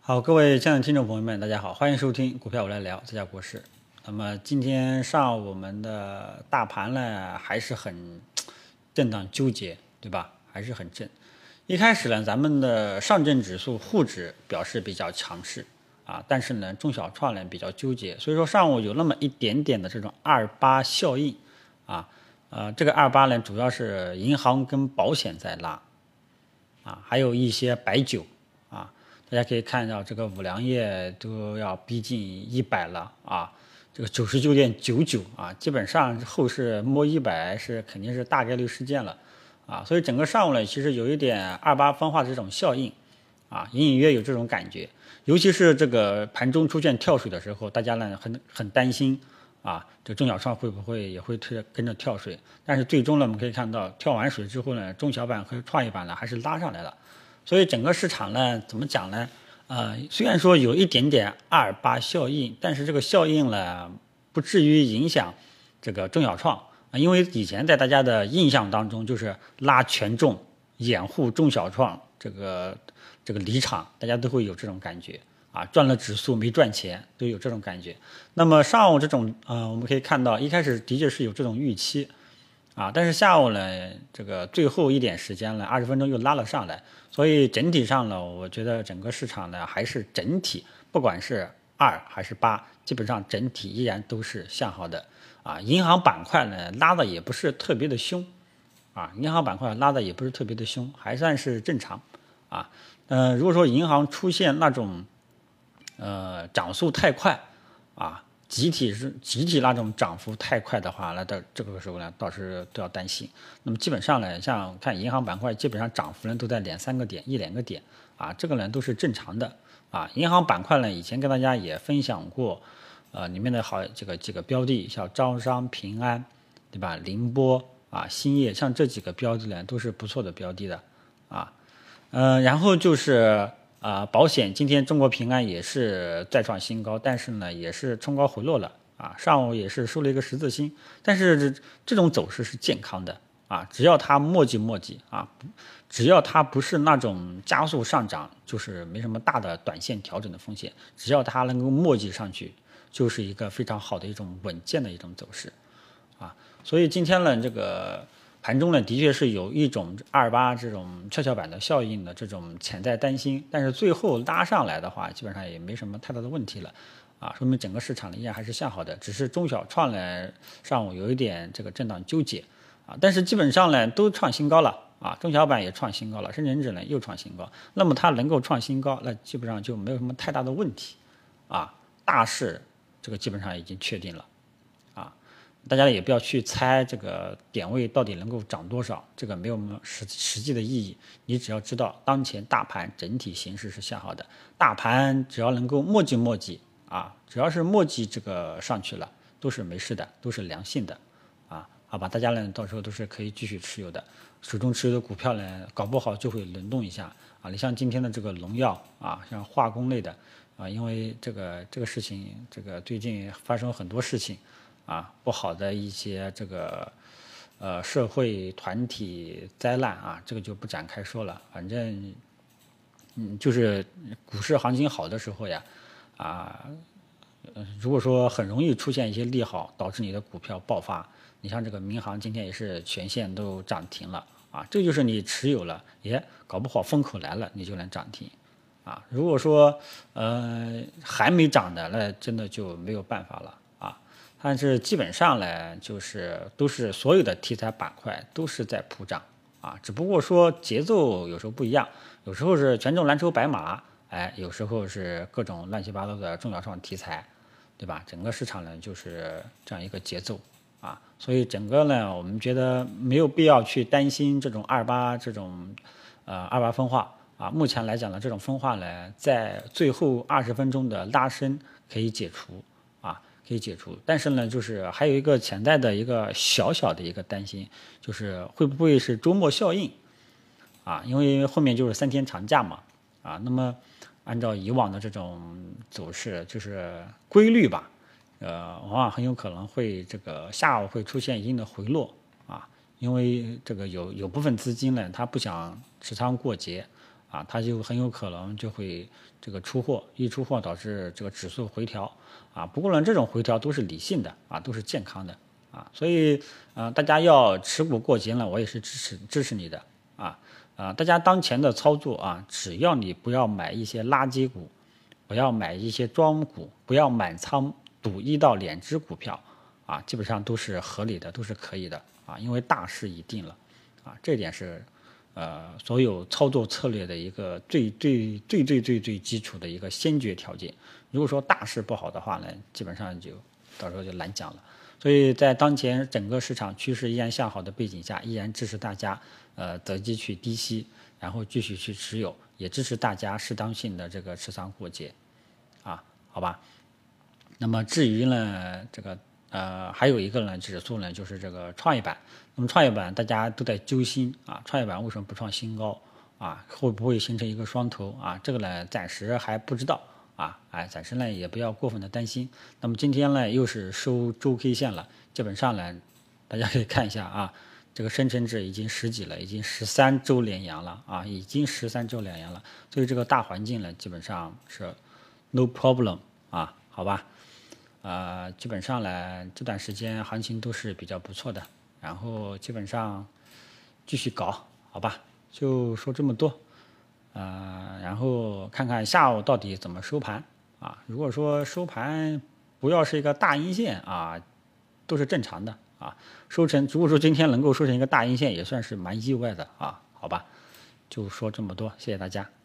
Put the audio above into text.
好，各位亲爱的听众朋友们，大家好，欢迎收听股票我来聊，这家国事。那么今天上午我们的大盘呢还是很震荡纠结，对吧？还是很震。一开始呢，咱们的上证指数沪指表示比较强势啊，但是呢，中小创呢比较纠结，所以说上午有那么一点点的这种2.8效应啊，这个2.8呢主要是银行跟保险在拉啊，还有一些白酒啊。大家可以看到，这个五粮液都要逼近100了啊，这个99.99啊，基本上后市摸100是肯定是大概率事件了啊，所以整个上午呢，其实有一点2.8分化的这种效应啊，隐隐约有这种感觉，尤其是这个盘中出现跳水的时候，大家呢很担心啊，这中小创会不会也会跟着跳水？但是最终呢，我们可以看到跳完水之后呢，中小板和创业板呢还是拉上来了。所以整个市场呢，怎么讲呢？虽然说有一点点2.8效应，但是这个效应呢，不至于影响这个中小创啊，因为以前在大家的印象当中，就是拉权重掩护中小创这个离场，大家都会有这种感觉啊，赚了指数没赚钱，都有这种感觉。那么上午这种我们可以看到，一开始的确是有这种预期。啊，但是下午呢，这个最后一点时间了，20分钟又拉了上来，所以整体上呢，我觉得整个市场呢还是整体，不管是2还是8，基本上整体依然都是向好的。啊，银行板块呢拉的也不是特别的凶，啊，银行板块拉的也不是特别的凶，还算是正常。啊，如果说银行出现那种涨速太快，啊。集体那种涨幅太快的话，那到这个时候呢，倒是都要担心。那么基本上呢，像看银行板块，基本上涨幅呢都在2-3个点、1-2个点啊，这个呢都是正常的啊。银行板块呢，以前跟大家也分享过，里面的好几个标的，像招商、平安，对吧？宁波啊、兴业，像这几个标的呢都是不错的标的的啊。然后就是保险今天中国平安也是再创新高，但是呢也是冲高回落了啊，上午也是收了一个十字星，但是这种走势是健康的啊，只要它磨叽啊，只要它不是那种加速上涨，就是没什么大的短线调整的风险，只要它能够磨叽上去，就是一个非常好的一种稳健的一种走势啊，所以今天呢这个。盘中呢，的确是有一种2.8这种跷跷板的效应的这种潜在担心，但是最后拉上来的话，基本上也没什么太大的问题了，啊，说明整个市场呢依然还是向好的，只是中小创呢上午有一点这个震荡纠结，啊，但是基本上呢都创新高了，啊，中小板也创新高了，深成指呢又创新高，那么它能够创新高，那基本上就没有什么太大的问题，啊，大势这个基本上已经确定了。大家也不要去猜这个点位到底能够涨多少，这个没有什么实际的意义。你只要知道当前大盘整体形势是向好的，大盘只要能够磨叽啊，只要是磨叽这个上去了，都是没事的，都是良性的啊。好吧，大家呢到时候都是可以继续持有的，手中持有的股票呢，搞不好就会轮动一下啊。你像今天的这个农药啊，像化工类的啊，因为这个事情，这个最近发生很多事情。啊，不好的一些这个社会团体灾难啊，这个就不展开说了。反正就是股市行情好的时候呀，如果说很容易出现一些利好，导致你的股票爆发。你像这个民航今天也是全线都涨停了啊，这就是你持有了，也搞不好风口来了，你就能涨停啊。如果说还没涨的，那真的就没有办法了。但是基本上呢，就是都是所有的题材板块都是在普涨啊，只不过说节奏有时候不一样，有时候是权重蓝筹白马，哎，有时候是各种乱七八糟的中小创题材，对吧？整个市场呢就是这样一个节奏啊，所以整个呢，我们觉得没有必要去担心这种2.8这种2.8分化啊。目前来讲呢，这种分化呢，在最后20分钟的拉升可以解除。可以解除，但是呢，就是还有一个潜在的一个小小的一个担心，就是会不会是周末效应啊？因为后面就是3天长假嘛，啊，那么按照以往的这种走势，就是规律吧，往往很有可能会这个下午会出现一定的回落啊，因为这个有部分资金呢，它不想持仓过节啊，它就很有可能就会这个出货，一出货导致这个指数回调啊。不过呢，这种回调都是理性的啊，都是健康的啊，所以大家要持股过节呢，我也是支持你的啊。大家当前的操作啊，只要你不要买一些垃圾股，不要买一些庄股，不要满仓赌1到2只股票啊，基本上都是合理的，都是可以的啊，因为大势已定了啊，这点是所有操作策略的一个最基础的一个先决条件。如果说大势不好的话呢，基本上就到时候就难讲了。所以在当前整个市场趋势依然向好的背景下，依然支持大家择机去低吸，然后继续去持有，也支持大家适当性的这个持仓过节啊，好吧？那么至于呢，这个还有一个呢指数呢，就是这个创业板。那么创业板大家都在揪心啊，创业板为什么不创新高啊？会不会形成一个双头啊？这个呢暂时还不知道啊，暂时呢也不要过分的担心。那么今天呢又是收周 K 线了，基本上呢大家可以看一下啊，这个深成指已经10几了，已经13周连阳了啊，已经13周连阳了。所以这个大环境呢基本上是 no problem 啊，好吧？基本上呢这段时间行情都是比较不错的，然后基本上继续搞，好吧？就说这么多，然后看看下午到底怎么收盘啊？如果说收盘不要是一个大阴线啊，都是正常的啊。如果说今天能够收成一个大阴线，也算是蛮意外的啊，好吧？就说这么多，谢谢大家。